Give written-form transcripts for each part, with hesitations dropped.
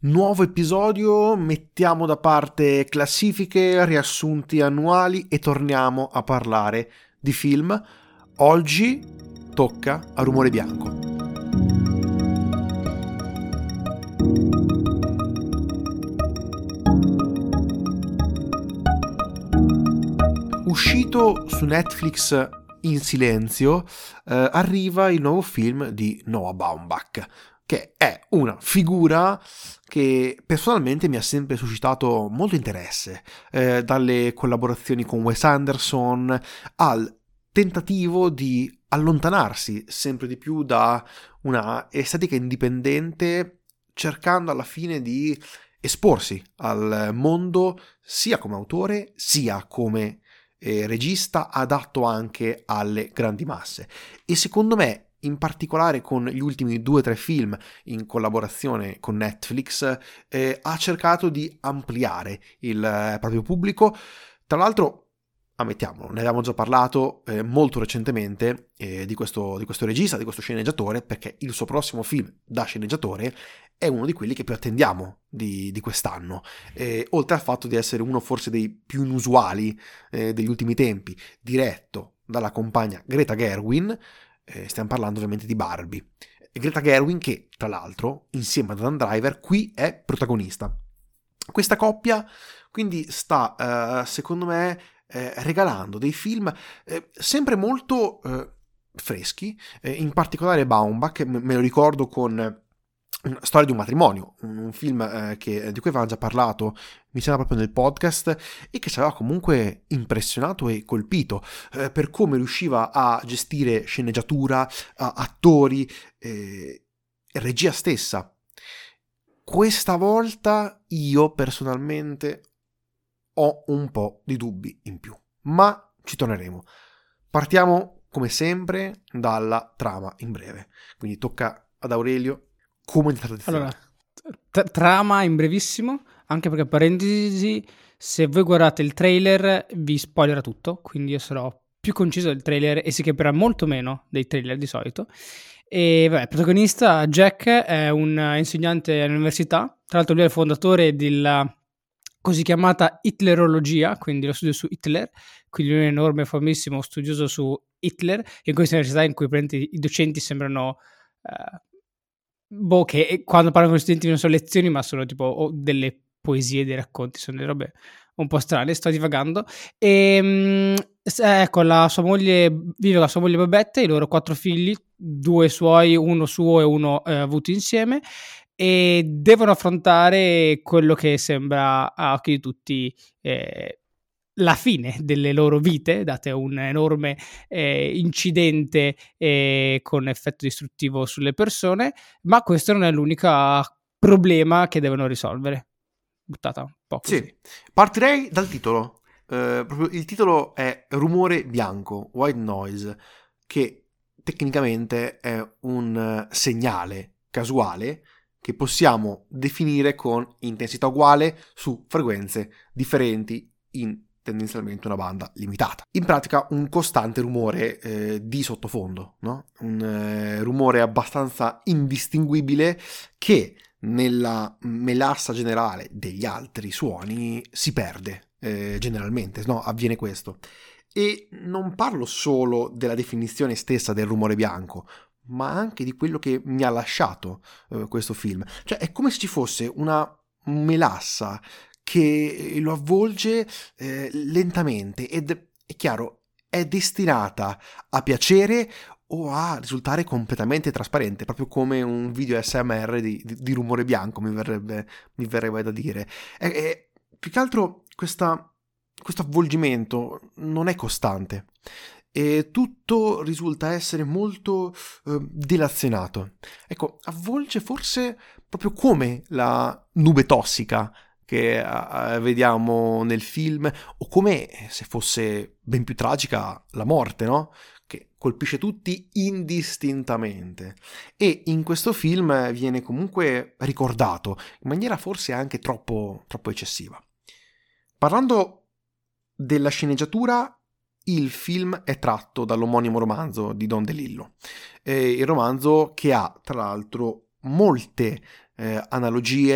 Nuovo episodio, mettiamo da parte classifiche, riassunti annuali e torniamo a parlare di film. Oggi tocca a Rumore Bianco. Uscito su Netflix in silenzio, arriva il nuovo film di Noah Baumbach, che è una figura che personalmente mi ha sempre suscitato molto interesse, dalle collaborazioni con Wes Anderson al tentativo di allontanarsi sempre di più da una estetica indipendente, cercando alla fine di esporsi al mondo sia come autore sia come regista adatto anche alle grandi masse. E secondo me, in particolare con gli ultimi 2 o 3 film in collaborazione con Netflix, ha cercato di ampliare il proprio pubblico. Tra l'altro, ammettiamolo, ne avevamo già parlato molto recentemente di questo regista, di questo sceneggiatore, perché il suo prossimo film da sceneggiatore è uno di quelli che più attendiamo di quest'anno, oltre al fatto di essere uno forse dei più inusuali degli ultimi tempi, diretto dalla compagna Greta Gerwig. Stiamo parlando ovviamente di Barbie. Greta Gerwig che, tra l'altro, insieme ad Adam Driver, qui è protagonista. Questa coppia quindi sta, secondo me, regalando dei film sempre molto freschi, in particolare Baumbach, me lo ricordo con Storia di un matrimonio, un film di cui avevamo già parlato, mi sembra proprio nel podcast, e che ci aveva comunque impressionato e colpito per come riusciva a gestire sceneggiatura, attori, regia stessa. Questa volta io personalmente ho un po' di dubbi in più, ma ci torneremo. Partiamo come sempre dalla trama in breve, quindi tocca ad Aurelio. Come di tradizione. Allora, trama in brevissimo, anche perché parentesi, se voi guardate il trailer vi spoilerà tutto, quindi io sarò più conciso del trailer e si capirà molto meno dei trailer di solito. E vabbè, il protagonista Jack è un insegnante all'università, tra l'altro lui è il fondatore della così chiamata Hitlerologia, quindi lo studio su Hitler, quindi lui è un enorme, famosissimo studioso su Hitler, in questa università in cui i docenti sembrano che quando parlano con gli studenti non sono lezioni, ma sono tipo delle poesie, dei racconti, sono delle robe un po' strane, sto divagando. E ecco, la sua moglie vive con la sua moglie Babette, i loro 4 figli, 2 suoi, uno suo e uno avuto insieme, e devono affrontare quello che sembra a occhi di tutti la fine delle loro vite, date un enorme incidente con effetto distruttivo sulle persone, ma questo non è l'unico problema che devono risolvere. Buttata un po' così. Sì, partirei dal titolo. Proprio il titolo è Rumore Bianco, White Noise, che tecnicamente è un segnale casuale che possiamo definire con intensità uguale su frequenze differenti in tendenzialmente una banda limitata. In pratica un costante rumore di sottofondo, no? Un rumore abbastanza indistinguibile che nella melassa generale degli altri suoni si perde generalmente, no? Avviene questo. E non parlo solo della definizione stessa del rumore bianco, ma anche di quello che mi ha lasciato questo film. Cioè è come se ci fosse una melassa che lo avvolge lentamente ed è chiaro, è destinata a piacere o a risultare completamente trasparente, proprio come un video ASMR di rumore bianco, mi verrebbe da dire. Più che altro questo avvolgimento non è costante e tutto risulta essere molto dilazionato. Ecco, avvolge forse proprio come la nube tossica che vediamo nel film, o come se fosse ben più tragica la morte, no? Che colpisce tutti indistintamente. E in questo film viene comunque ricordato in maniera forse anche troppo eccessiva. Parlando della sceneggiatura, il film è tratto dall'omonimo romanzo di Don DeLillo, il romanzo che ha tra l'altro molte analogie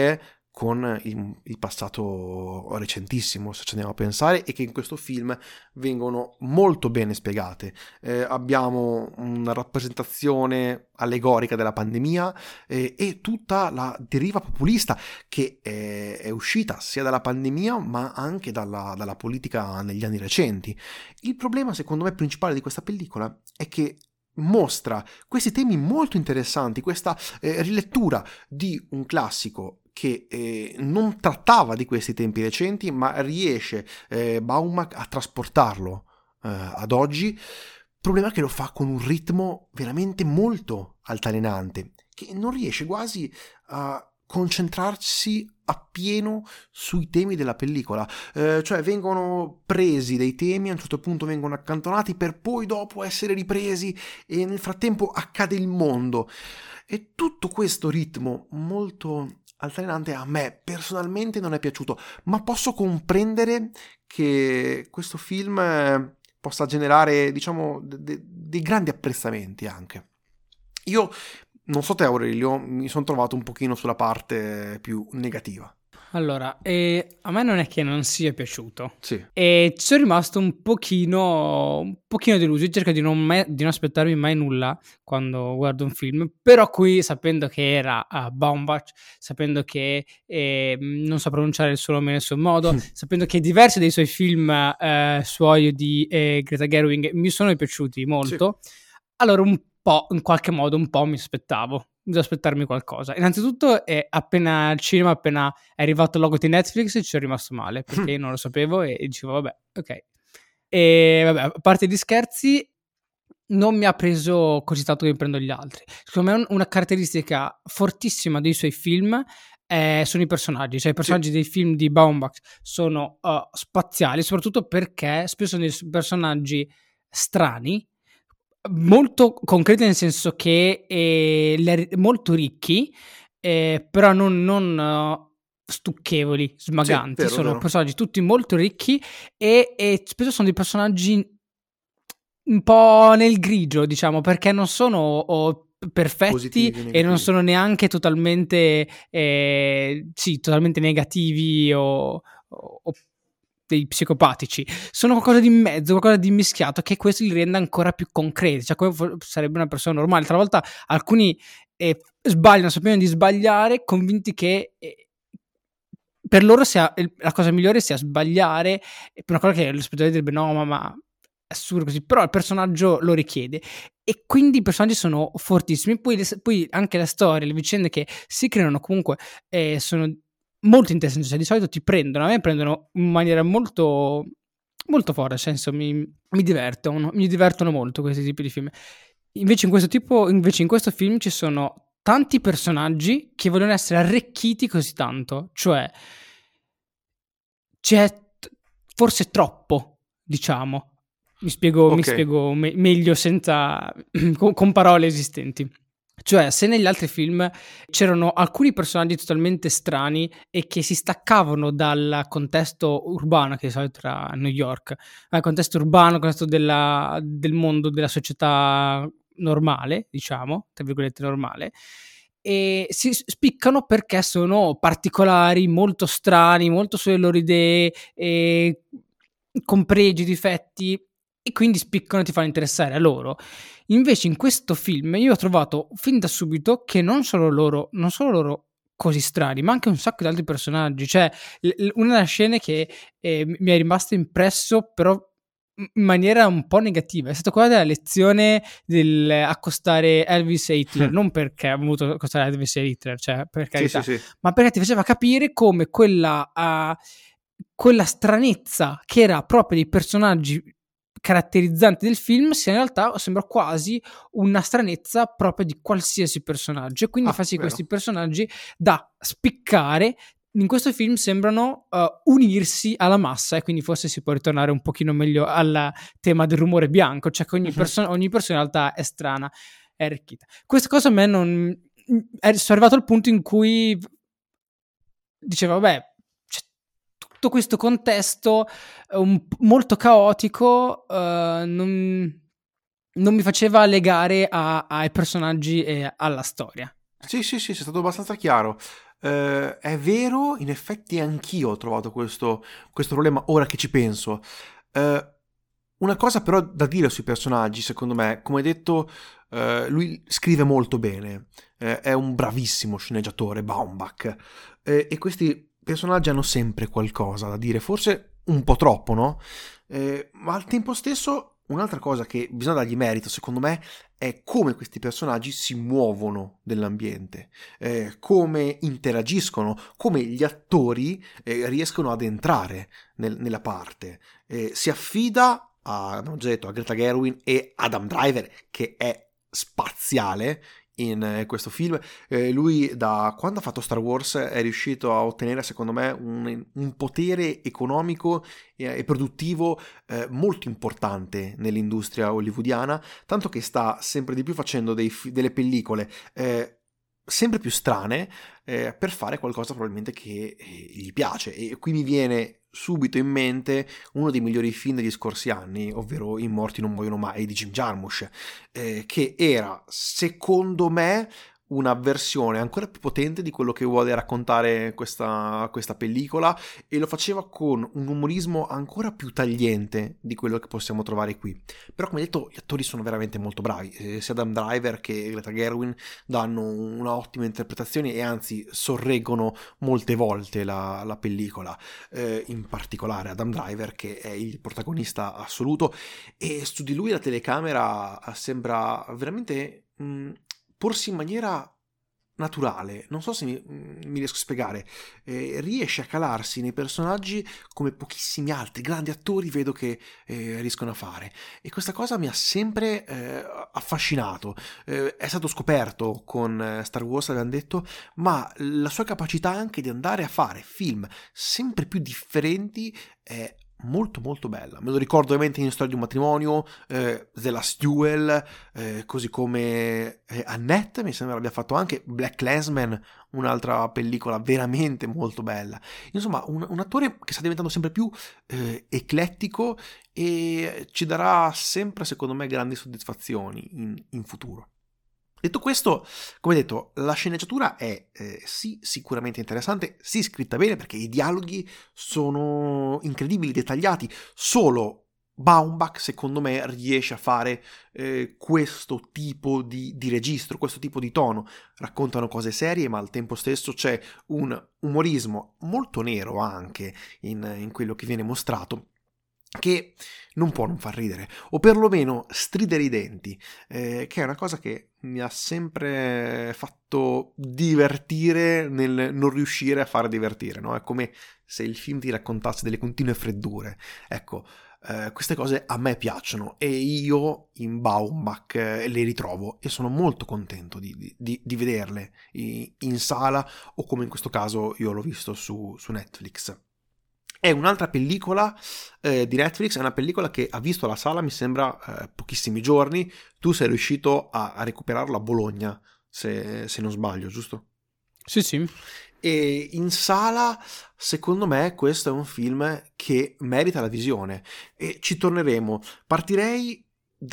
con il passato recentissimo, se ci andiamo a pensare, e che in questo film vengono molto bene spiegate. Abbiamo una rappresentazione allegorica della pandemia e tutta la deriva populista che è uscita sia dalla pandemia ma anche dalla politica negli anni recenti. Il problema, secondo me, principale di questa pellicola è che mostra questi temi molto interessanti, questa rilettura di un classico che non trattava di questi tempi recenti, ma riesce Baumbach a trasportarlo ad oggi. Problema che lo fa con un ritmo veramente molto altalenante, che non riesce quasi a concentrarsi appieno sui temi della pellicola, cioè vengono presi dei temi, a un certo punto vengono accantonati per poi dopo essere ripresi e nel frattempo accade il mondo. E tutto questo ritmo molto altalenante a me personalmente non è piaciuto, ma posso comprendere che questo film possa generare, diciamo, dei grandi apprezzamenti anche. Io non so te, Aurelio, mi sono trovato un pochino sulla parte più negativa. Allora, a me non è che non sia piaciuto. Sì. E ci sono rimasto un pochino deluso. Io cerco di non aspettarmi mai nulla quando guardo un film. Però qui, sapendo che era Baumbach, sapendo che non so pronunciare il suo nome nel suo modo, sapendo che diversi dei suoi film suoi di Greta Gerwig mi sono piaciuti molto, sì. Allora un po', in qualche modo, un po' mi aspettavo. Devo aspettarmi qualcosa. Innanzitutto, appena al cinema, appena è arrivato il logo di Netflix, ci sono rimasto male perché io non lo sapevo e dicevo, vabbè, ok. E vabbè, a parte gli scherzi, non mi ha preso così tanto che mi prendo gli altri. Secondo me, una caratteristica fortissima dei suoi film sono i personaggi. Cioè, i personaggi dei film di Baumbach sono spaziali, soprattutto perché spesso sono dei personaggi strani, molto concreti, nel senso che molto ricchi, però non stucchevoli, smaganti. Sì, vero. Personaggi tutti molto ricchi e spesso sono dei personaggi un po' nel grigio, diciamo, perché non sono perfetti positivi, e non sono neanche totalmente totalmente negativi o dei psicopatici. Sono qualcosa di mezzo, qualcosa di mischiato, che questo li rende ancora più concreti, cioè come sarebbe una persona normale. Talvolta alcuni sbagliano, sappiano di sbagliare, convinti che per loro la cosa migliore sia sbagliare, per una cosa che lo spettatore direbbe no, ma è assurdo così, però il personaggio lo richiede e quindi i personaggi sono fortissimi. Poi anche la storia, le vicende che si creano comunque sono molto interessanti, cioè di solito ti prendono, a me prendono in maniera molto molto forte, nel senso mi divertono molto questi tipi di film. Invece in questo film ci sono tanti personaggi che vogliono essere arricchiti così tanto, cioè c'è forse troppo, diciamo. Mi spiego meglio senza con parole esistenti. Cioè, se negli altri film c'erano alcuni personaggi totalmente strani e che si staccavano dal contesto urbano, che di solito era New York, il contesto urbano, il contesto del mondo, della società normale, diciamo, tra virgolette normale, e si spiccano perché sono particolari, molto strani, molto sulle loro idee, con pregi, difetti, e quindi spiccano e ti fanno interessare a loro. Invece in questo film io ho trovato fin da subito che non solo loro così strani, ma anche un sacco di altri personaggi. Cioè, una delle scene che mi è rimasta impresso, però in maniera un po' negativa, è stata quella della lezione del accostare Elvis e Hitler. Non perché ha voluto accostare Elvis e Hitler, cioè per carità, sì. Ma perché ti faceva capire come quella stranezza che era proprio dei personaggi caratterizzanti del film sia in realtà sembra quasi una stranezza proprio di qualsiasi personaggio, e quindi fa sì questi personaggi da spiccare in questo film sembrano unirsi alla massa, e quindi forse si può ritornare un pochino meglio al tema del rumore bianco, cioè che ogni persona in realtà è strana, è arricchita. Questa cosa a me non sono arrivato al punto in cui dicevo vabbè, tutto questo contesto molto caotico non mi faceva legare ai personaggi e alla storia. Sì, sei stato abbastanza chiaro. È vero, in effetti anch'io ho trovato questo problema ora che ci penso. Una cosa però da dire sui personaggi, secondo me, come detto, lui scrive molto bene, è un bravissimo sceneggiatore, Baumbach, e questi personaggi hanno sempre qualcosa da dire, forse un po' troppo, no? Ma al tempo stesso, un'altra cosa che bisogna dargli merito, secondo me, è come questi personaggi si muovono nell'ambiente, come interagiscono, come gli attori riescono ad entrare nella parte. Si affida abbiamo già detto, a Greta Gerwig e Adam Driver, che è spaziale in questo film. Lui da quando ha fatto Star Wars è riuscito a ottenere, secondo me, un potere economico e produttivo molto importante nell'industria hollywoodiana, tanto che sta sempre di più facendo delle pellicole sempre più strane per fare qualcosa probabilmente che gli piace. E qui mi viene subito in mente uno dei migliori film degli scorsi anni, ovvero I morti non muoiono mai di Jim Jarmusch, che era, secondo me, una versione ancora più potente di quello che vuole raccontare questa pellicola, e lo faceva con un umorismo ancora più tagliente di quello che possiamo trovare qui. Però, come detto, gli attori sono veramente molto bravi, sia Adam Driver che Greta Gerwig danno una ottima interpretazione e anzi sorreggono molte volte la pellicola, in particolare Adam Driver, che è il protagonista assoluto, e su di lui la telecamera sembra veramente porsi in maniera naturale. Non so se mi riesco a spiegare. Riesce a calarsi nei personaggi come pochissimi altri grandi attori vedo che riescono a fare, e questa cosa mi ha sempre affascinato. È stato scoperto con Star Wars, abbiamo detto, ma la sua capacità anche di andare a fare film sempre più differenti è molto molto bella. Me lo ricordo ovviamente in Storia di un matrimonio, The Last Duel, così come Annette, mi sembra abbia fatto anche BlacKkKlansman, un'altra pellicola veramente molto bella. Insomma, un attore che sta diventando sempre più eclettico e ci darà sempre, secondo me, grandi soddisfazioni in futuro. Detto questo, come detto, la sceneggiatura è sì sicuramente interessante, sì scritta bene perché i dialoghi sono incredibili, dettagliati. Solo Baumbach, secondo me, riesce a fare questo tipo di registro, questo tipo di tono. Raccontano cose serie, ma al tempo stesso c'è un umorismo molto nero anche in quello che viene mostrato, che non può non far ridere, o perlomeno stridere i denti, che è una cosa che mi ha sempre fatto divertire nel non riuscire a far divertire, no? È come se il film ti raccontasse delle continue freddure. Ecco, queste cose a me piacciono e io in Baumbach le ritrovo e sono molto contento di vederle in sala, o come in questo caso io l'ho visto su Netflix. È un'altra pellicola di Netflix, è una pellicola che ha visto alla sala, mi sembra, pochissimi giorni. Tu sei riuscito a recuperarla a Bologna, se non sbaglio, giusto? Sì, sì. E in sala, secondo me, questo è un film che merita la visione e ci torneremo. Partirei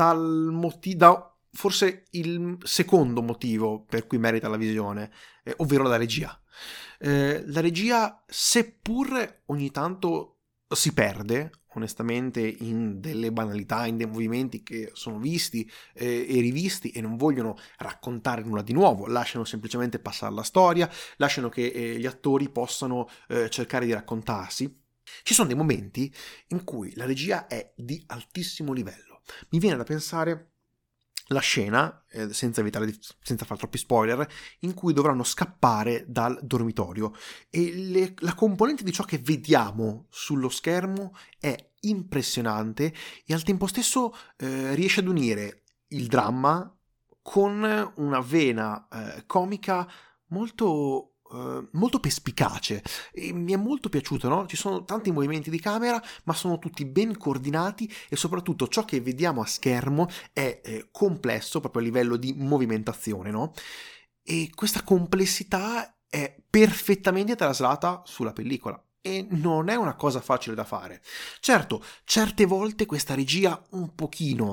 da forse il secondo motivo per cui merita la visione, ovvero la regia. La regia, seppur ogni tanto si perde, onestamente, in delle banalità, in dei movimenti che sono visti e rivisti e non vogliono raccontare nulla di nuovo, lasciano semplicemente passare la storia, lasciano che gli attori possano cercare di raccontarsi. Ci sono dei momenti in cui la regia è di altissimo livello. Mi viene da pensare la scena, senza fare troppi spoiler, in cui dovranno scappare dal dormitorio, e la componente di ciò che vediamo sullo schermo è impressionante e al tempo stesso riesce ad unire il dramma con una vena comica molto molto perspicace, e mi è molto piaciuto, no? Ci sono tanti movimenti di camera, ma sono tutti ben coordinati e soprattutto ciò che vediamo a schermo è complesso proprio a livello di movimentazione, no? E questa complessità è perfettamente traslata sulla pellicola. E non è una cosa facile da fare. Certo, certe volte questa regia un pochino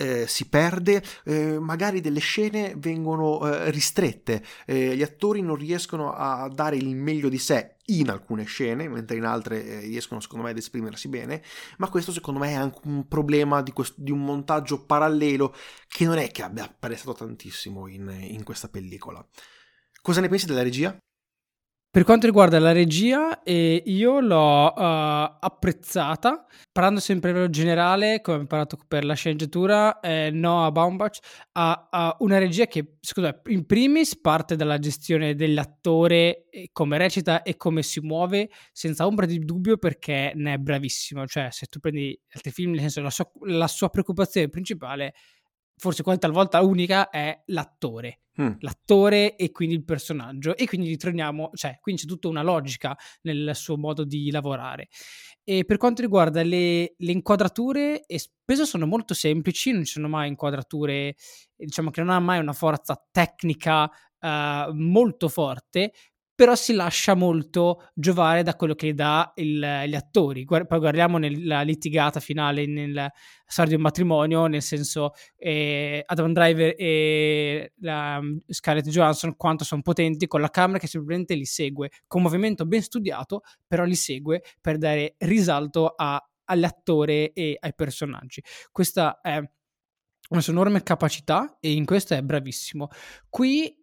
si perde, magari delle scene vengono ristrette, gli attori non riescono a dare il meglio di sé in alcune scene, mentre in altre riescono secondo me ad esprimersi bene, ma questo secondo me è anche un problema di un montaggio parallelo che non è che abbia apprezzato tantissimo in questa pellicola. Cosa ne pensi della regia? Per quanto riguarda la regia, io l'ho apprezzata. Parlando sempre a livello generale, come ho imparato per la sceneggiatura, Noah Baumbach ha una regia che, secondo me, in primis parte dalla gestione dell'attore, come recita e come si muove, senza ombra di dubbio, perché ne è bravissimo. Cioè, se tu prendi altri film, nel senso, la sua preoccupazione principale, forse quasi talvolta unica, è l'attore. L'attore e quindi il personaggio, e quindi ritorniamo, cioè quindi c'è tutta una logica nel suo modo di lavorare. E per quanto riguarda le inquadrature, spesso sono molto semplici, non ci sono mai inquadrature, diciamo che non ha mai una forza tecnica molto forte, però si lascia molto giovare da quello che dà gli attori. Poi guardiamo nella litigata finale nel storia di un matrimonio, nel senso, Adam Driver e Scarlett Johansson quanto sono potenti, con la camera che semplicemente li segue, con un movimento ben studiato, però li segue per dare risalto all'attore e ai personaggi. Questa è una sua enorme capacità e in questo è bravissimo. Qui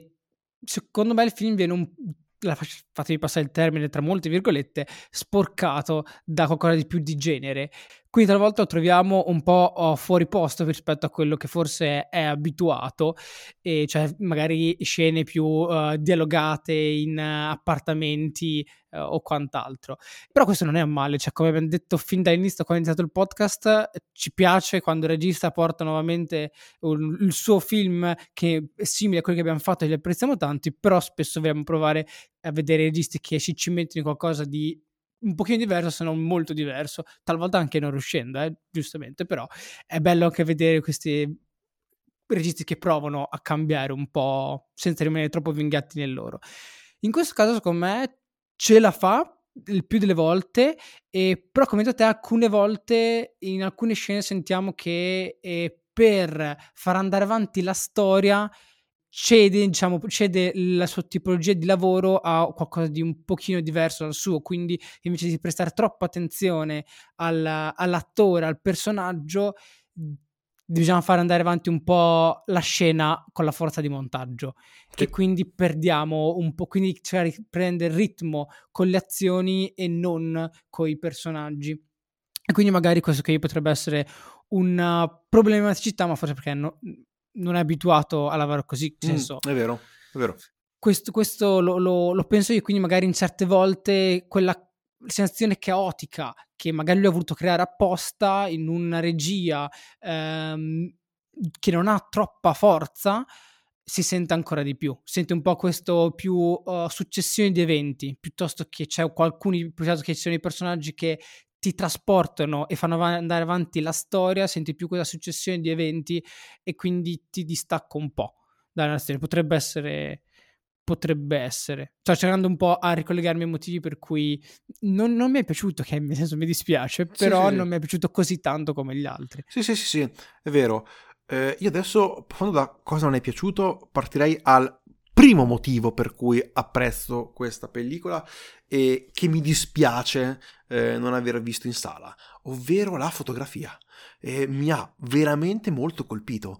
secondo me il film viene fatemi passare il termine tra molte virgolette, sporcato da qualcosa di più di genere. Qui talvolta lo troviamo un po' fuori posto rispetto a quello che forse è abituato, e cioè magari scene più dialogate in appartamenti o quant'altro. Però questo non è un male, cioè come abbiamo detto fin dall'inizio quando è iniziato il podcast, ci piace quando il regista porta nuovamente il suo film che è simile a quello che abbiamo fatto e li apprezziamo tanti, però spesso vogliamo provare a vedere registi che ci cimentino in qualcosa di un pochino diverso, se non molto diverso, talvolta anche non riuscendo, giustamente, però è bello anche vedere questi registi che provano a cambiare un po' senza rimanere troppo vinghiati nel loro. In questo caso, secondo me, ce la fa il più delle volte, però come detto te, alcune volte in alcune scene sentiamo che per far andare avanti la storia cede la sua tipologia di lavoro a qualcosa di un pochino diverso dal suo, quindi invece di prestare troppa attenzione all'attore, al personaggio, bisogna fare andare avanti un po' la scena con la forza di montaggio, Sì. e quindi perdiamo un po', quindi cioè prende il ritmo con le azioni e non coi personaggi. E quindi magari questo che potrebbe essere una problematicità, ma forse perché non è abituato a lavorare così, nel senso, È vero, è vero. questo lo penso io, quindi magari in certe volte quella sensazione caotica che magari lui ha voluto creare apposta in una regia che non ha troppa forza, si sente ancora di più. Sente un po' questo più successione di eventi, piuttosto che piuttosto che ci sono i personaggi che ti trasportano e fanno andare avanti la storia, senti più quella successione di eventi e quindi ti distacca un po' dalla narrazione. Potrebbe essere. Sto cercando un po' a ricollegarmi ai motivi per cui non mi è piaciuto, che nel senso mi dispiace, però Sì. non mi è piaciuto così tanto come gli altri. Sì, è vero. Io adesso, partendo da cosa non è piaciuto, partirei al primo motivo per cui apprezzo questa pellicola e che mi dispiace non aver visto in sala, ovvero la fotografia. Mi ha veramente molto colpito.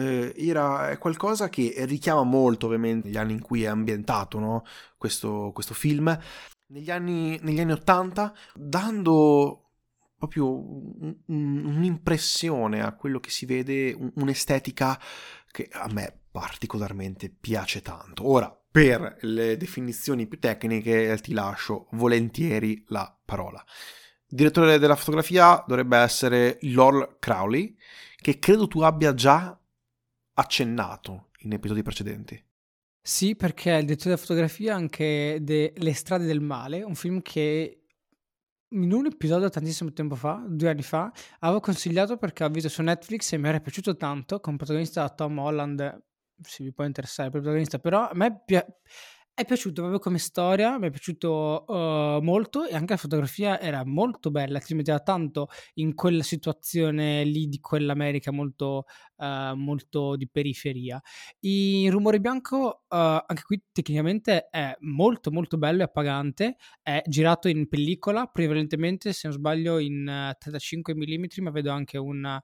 È qualcosa che richiama molto ovviamente gli anni in cui è ambientato, no? questo film. Negli anni 80, dando proprio un'impressione a quello che si vede, un'estetica che a me particolarmente piace tanto. Ora, per le definizioni più tecniche ti lascio volentieri la parola. Il direttore della fotografia dovrebbe essere Lol Crowley, che credo tu abbia già accennato in episodi precedenti. Sì, perché il direttore della fotografia anche Le strade del male, un film che in un episodio tantissimo tempo fa, 2 anni fa, avevo consigliato perché ho visto su Netflix e mi era piaciuto tanto, con protagonista Tom Holland, se vi può interessare per il protagonista, però a me È piaciuto proprio come storia, mi è piaciuto molto, e anche la fotografia era molto bella, ti metteva tanto in quella situazione lì di quell'America molto, molto di periferia. Il Rumore Bianco, anche qui tecnicamente è molto molto bello e appagante, è girato in pellicola, prevalentemente se non sbaglio in 35 mm, ma vedo anche un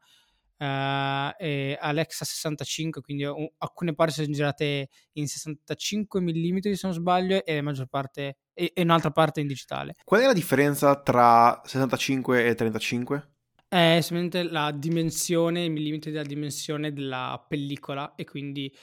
Alexa 65, quindi alcune parti sono girate in 65 mm se non sbaglio, e la maggior parte e un'altra parte in digitale. Qual è la differenza tra 65 e 35? È semplicemente la dimensione, i millimetri della dimensione della pellicola, e quindi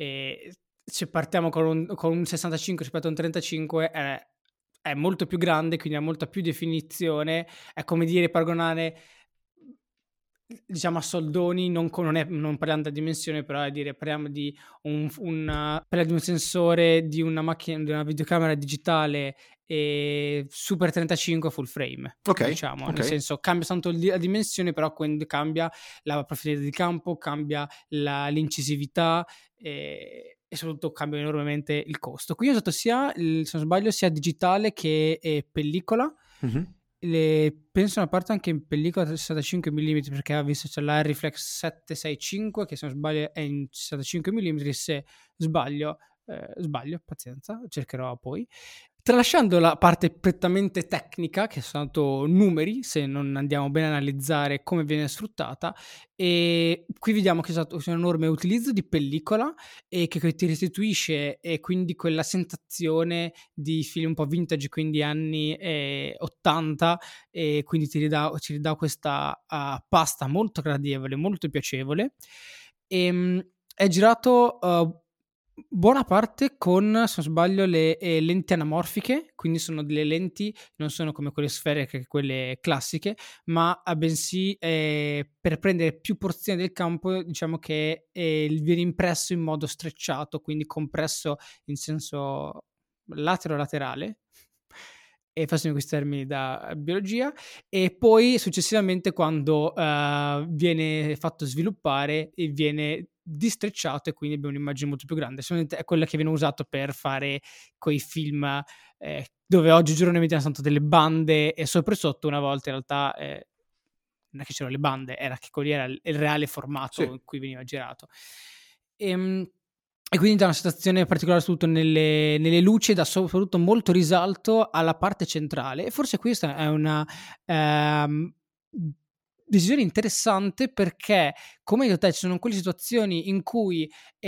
se partiamo con un 65 rispetto a un 35 è molto più grande, quindi ha molta più definizione. È come dire, paragonare, diciamo, a soldoni, non parliamo della dimensione, però parliamo di parliamo di un sensore di una macchina, di una videocamera digitale Super 35 full frame, Ok, diciamo, nel ok. senso cambia tanto la dimensione, però quindi cambia la profondità di campo, cambia l'incisività, e soprattutto cambia enormemente il costo. Qui ho usato sia, se non sbaglio, sia digitale che pellicola. Mhm. Penso una parte anche in pellicola 65 mm, perché ha visto c'è la Reflex 765 che se non sbaglio è in 65 mm. Se sbaglio, pazienza, cercherò poi. Tralasciando la parte prettamente tecnica, che sono stato numeri, se non andiamo bene a analizzare come viene sfruttata, e qui vediamo che c'è un enorme utilizzo di pellicola, e che ti restituisce quindi quella sensazione di film un po' vintage, quindi anni 80, e quindi ci ridà questa pasta molto gradevole, molto piacevole. È girato buona parte con, se non sbaglio, le lenti anamorfiche, quindi sono delle lenti, non sono come quelle sferiche, quelle classiche, ma bensì per prendere più porzioni del campo, diciamo che viene impresso in modo strecciato, quindi compresso in senso latero-laterale, e passami questi termini da biologia, e poi successivamente quando viene fatto sviluppare e viene distrecciato, e quindi abbiamo un'immagine molto più grande. Solamente è quella che viene usato per fare quei film dove oggigiorno ne mettiamo tanto delle bande e sopra e sotto. Una volta in realtà non è che c'erano le bande, era che quello era il reale formato Sì. in cui veniva girato. E quindi dà una sensazione particolare soprattutto nelle luci, dà soprattutto molto risalto alla parte centrale, e forse questa è una ehm, decisione interessante, perché, come hai detto te, ci sono quelle situazioni in cui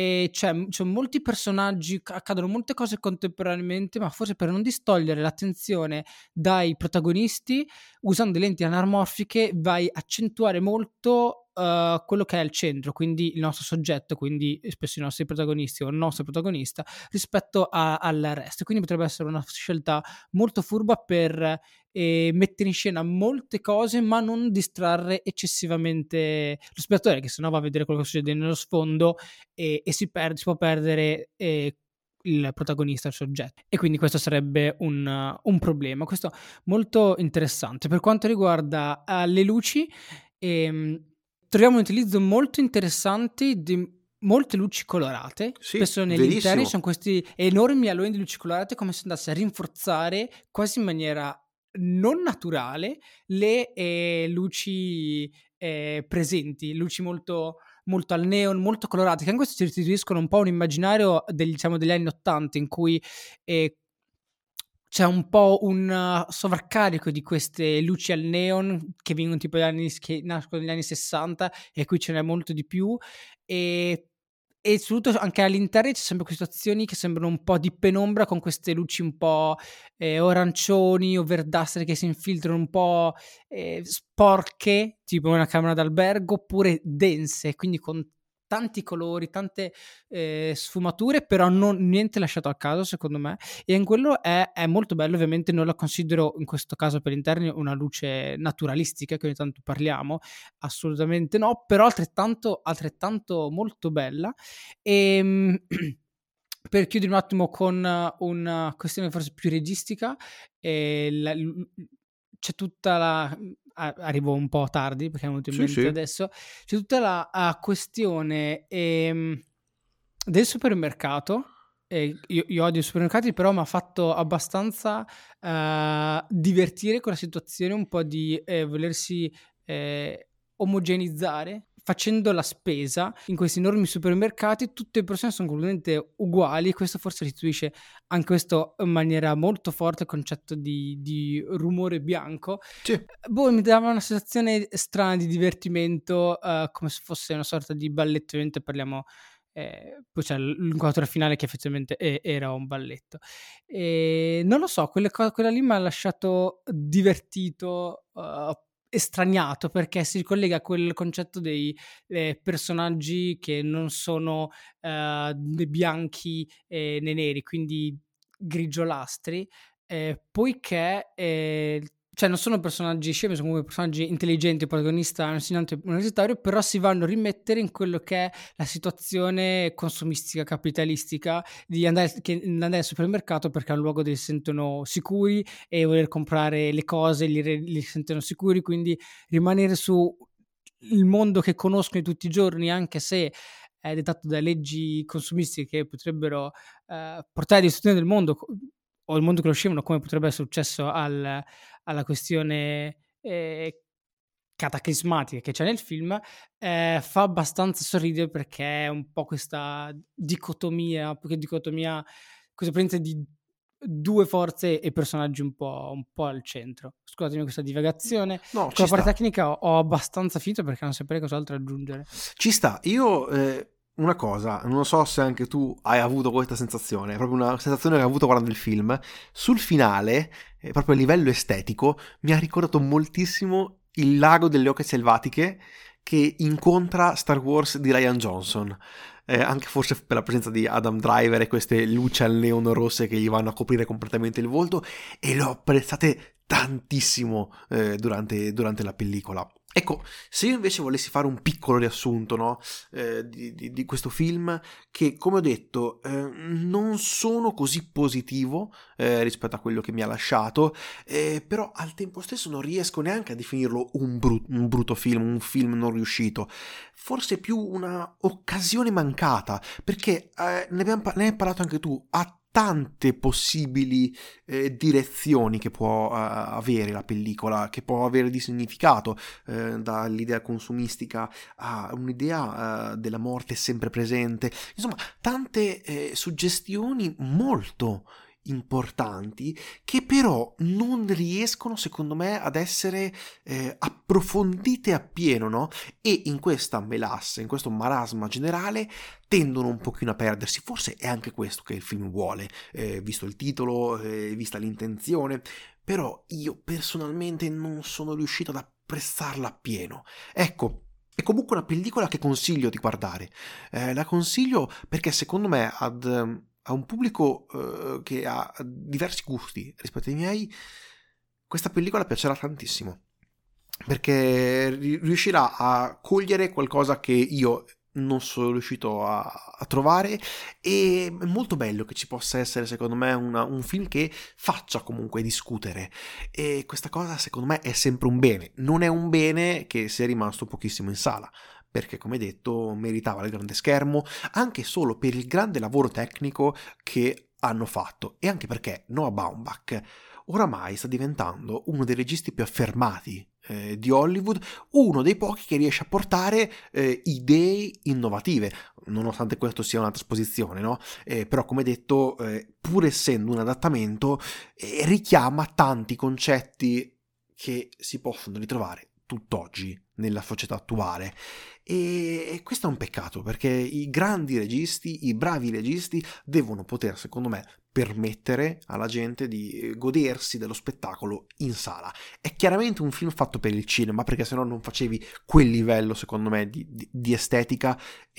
c'è molti personaggi, accadono molte cose contemporaneamente, ma forse per non distogliere l'attenzione dai protagonisti, usando le lenti anamorfiche vai a accentuare molto quello che è il centro, quindi il nostro soggetto, quindi spesso i nostri protagonisti o il nostro protagonista, rispetto al resto. Quindi potrebbe essere una scelta molto furba per mettere in scena molte cose, ma non distrarre eccessivamente lo spettatore, che sennò va a vedere quello che succede nello sfondo e si può perdere il protagonista, il soggetto. E quindi questo sarebbe un problema. Questo molto interessante. Per quanto riguarda le luci, troviamo un utilizzo molto interessante di molte luci colorate. Sì, Spesso negli interni ci verissimo. sono questi enormi aloni di luci colorate, come se andasse a rinforzare quasi in maniera non naturale le luci presenti, luci molto, molto al neon, molto colorate, che anche questo ci restituiscono un po' un immaginario degli anni '80, in cui eh, c'è un po' un sovraccarico di queste luci al neon che vengono tipo che nascono negli anni '60, e qui ce n'è molto di più, e soprattutto anche all'interno c'è sempre queste situazioni che sembrano un po' di penombra, con queste luci un po' arancioni o verdastre che si infiltrano, un po' sporche, tipo una camera d'albergo, oppure dense, quindi con tanti colori, tante sfumature, però niente lasciato a caso, secondo me. E in quello è molto bello. Ovviamente non la considero in questo caso per interni una luce naturalistica, che ogni tanto parliamo, assolutamente no, però altrettanto molto bella. Per chiudere un attimo con una questione forse più registica, c'è tutta la arrivo un po' tardi perché è venuto in Sì, mente sì. adesso, c'è tutta la questione del supermercato, io odio i supermercati, però mi ha fatto abbastanza divertire quella situazione un po' di volersi omogeneizzare facendo la spesa in questi enormi supermercati. Tutte le persone sono completamente uguali, e questo forse restituisce anche questo in maniera molto forte il concetto di rumore bianco. Sì. Mi dava una sensazione strana di divertimento, come se fosse una sorta di balletto. Ovviamente parliamo, poi c'è l'inquadratura finale che effettivamente era un balletto. Non lo so, quella lì mi ha lasciato divertito, estraniato, perché si ricollega a quel concetto dei personaggi che non sono né bianchi né neri, quindi grigioastri, poiché cioè non sono personaggi scemi, sono comunque personaggi intelligenti. Il protagonista è un insegnante universitario, però si vanno a rimettere in quello che è la situazione consumistica, capitalistica, di andare al supermercato perché è un luogo dove si sentono sicuri e voler comprare le cose li sentono sicuri, quindi rimanere su il mondo che conoscono di tutti i giorni, anche se è dettato da leggi consumistiche che potrebbero portare alla distruzione del mondo, o il mondo che conoscevano, come potrebbe essere successo alla questione cataclismatica che c'è nel film. Fa abbastanza sorridere, perché è un po' questa dicotomia, questa presenza di due forze e personaggi un po' al centro. Scusatemi questa divagazione. No, Con ci la parte sta. tecnica ho abbastanza finito, perché non saprei cos'altro aggiungere. Ci sta. Io una cosa, non so se anche tu hai avuto questa sensazione, è proprio una sensazione che ho avuto guardando il film. Sul finale, proprio a livello estetico, mi ha ricordato moltissimo il Lago delle Oche Selvatiche che incontra Star Wars di Rian Johnson. Anche forse per la presenza di Adam Driver e queste luci al neon rosse che gli vanno a coprire completamente il volto, e le ho apprezzate tantissimo durante la pellicola. Ecco, se io invece volessi fare un piccolo riassunto, no, di questo film, che come ho detto non sono così positivo rispetto a quello che mi ha lasciato, però al tempo stesso non riesco neanche a definirlo un brutto film, un film non riuscito, forse più una occasione mancata, perché ne hai parlato anche tu, ha tante possibili direzioni che può avere la pellicola, che può avere di significato, dall'idea consumistica a un'idea della morte sempre presente, insomma tante suggestioni molto importanti che però non riescono secondo me ad essere approfondite appieno, no? E in questa melasse, in questo marasma generale tendono un pochino a perdersi. Forse è anche questo che il film vuole, visto il titolo, vista l'intenzione, però io personalmente non sono riuscito ad apprezzarla appieno. Ecco, è comunque una pellicola che consiglio di guardare. La consiglio perché secondo me a un pubblico che ha diversi gusti rispetto ai miei, questa pellicola piacerà tantissimo, perché riuscirà a cogliere qualcosa che io non sono riuscito a trovare, e è molto bello che ci possa essere secondo me un film che faccia comunque discutere, e questa cosa secondo me è sempre un bene. Non è un bene che sia rimasto pochissimo in sala, perché come detto meritava il grande schermo, anche solo per il grande lavoro tecnico che hanno fatto, e anche perché Noah Baumbach oramai sta diventando uno dei registi più affermati di Hollywood, uno dei pochi che riesce a portare idee innovative, nonostante questo sia una trasposizione, no? Però come detto, pur essendo un adattamento, richiama tanti concetti che si possono ritrovare tutt'oggi nella società attuale, e questo è un peccato, perché i grandi registi, i bravi registi devono poter, secondo me, permettere alla gente di godersi dello spettacolo in sala. È chiaramente un film fatto per il cinema, perché sennò non facevi quel livello, secondo me, di estetica,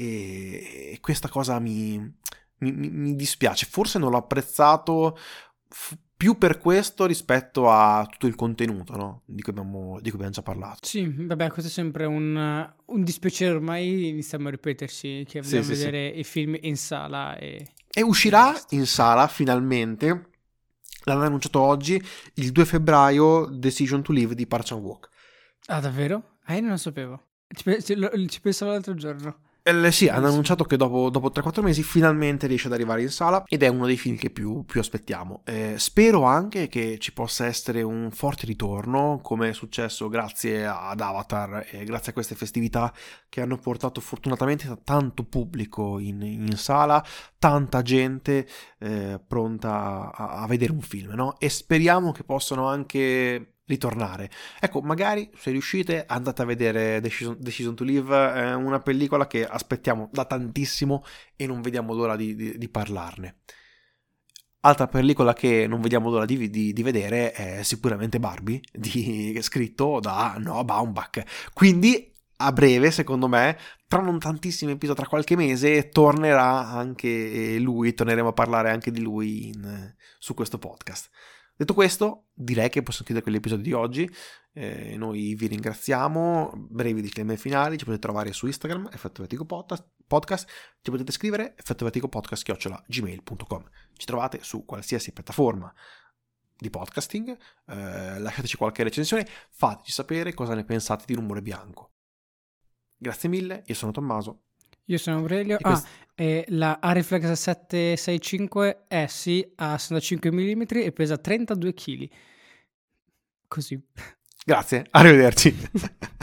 e questa cosa mi dispiace. Forse non l'ho apprezzato più per questo rispetto a tutto il contenuto, no? di cui abbiamo già parlato. Sì, vabbè, questo è sempre un dispiacere, ormai iniziamo a ripeterci che vogliamo vedere i film in sala e uscirà in sala finalmente, l'hanno annunciato oggi, il 2 febbraio, Decision to Live di Park Chan-wook. Ah, davvero? Io non lo sapevo. Ci pensavo l'altro giorno. Sì, hanno annunciato che dopo 3-4 mesi finalmente riesce ad arrivare in sala ed è uno dei film che più aspettiamo. Spero anche che ci possa essere un forte ritorno, come è successo grazie ad Avatar e grazie a queste festività che hanno portato fortunatamente tanto pubblico in sala, tanta gente pronta a vedere un film, no? E speriamo che possano anche ritornare. Ecco, magari se riuscite andate a vedere Decision to Live, è una pellicola che aspettiamo da tantissimo e non vediamo l'ora di parlarne. Altra pellicola che non vediamo l'ora di vedere è sicuramente Barbie, scritto da Noah Baumbach. Quindi a breve, secondo me, tra non tantissimi episodi, tra qualche mese, tornerà anche lui, torneremo a parlare anche di lui su questo podcast. Detto questo, direi che possiamo chiudere quell'episodio di oggi. Noi vi ringraziamo. Brevi disclaimer finali. Ci potete trovare su Instagram, Effetto Vertigo Podcast. Ci potete scrivere effettovertigopodcast@gmail.com. Ci trovate su qualsiasi piattaforma di podcasting. Lasciateci qualche recensione. Fateci sapere cosa ne pensate di Rumore Bianco. Grazie mille. Io sono Tommaso. Io sono Aurelio. La Ariflex 765 è sì a 65 mm e pesa 32 kg. Così. Grazie, arrivederci.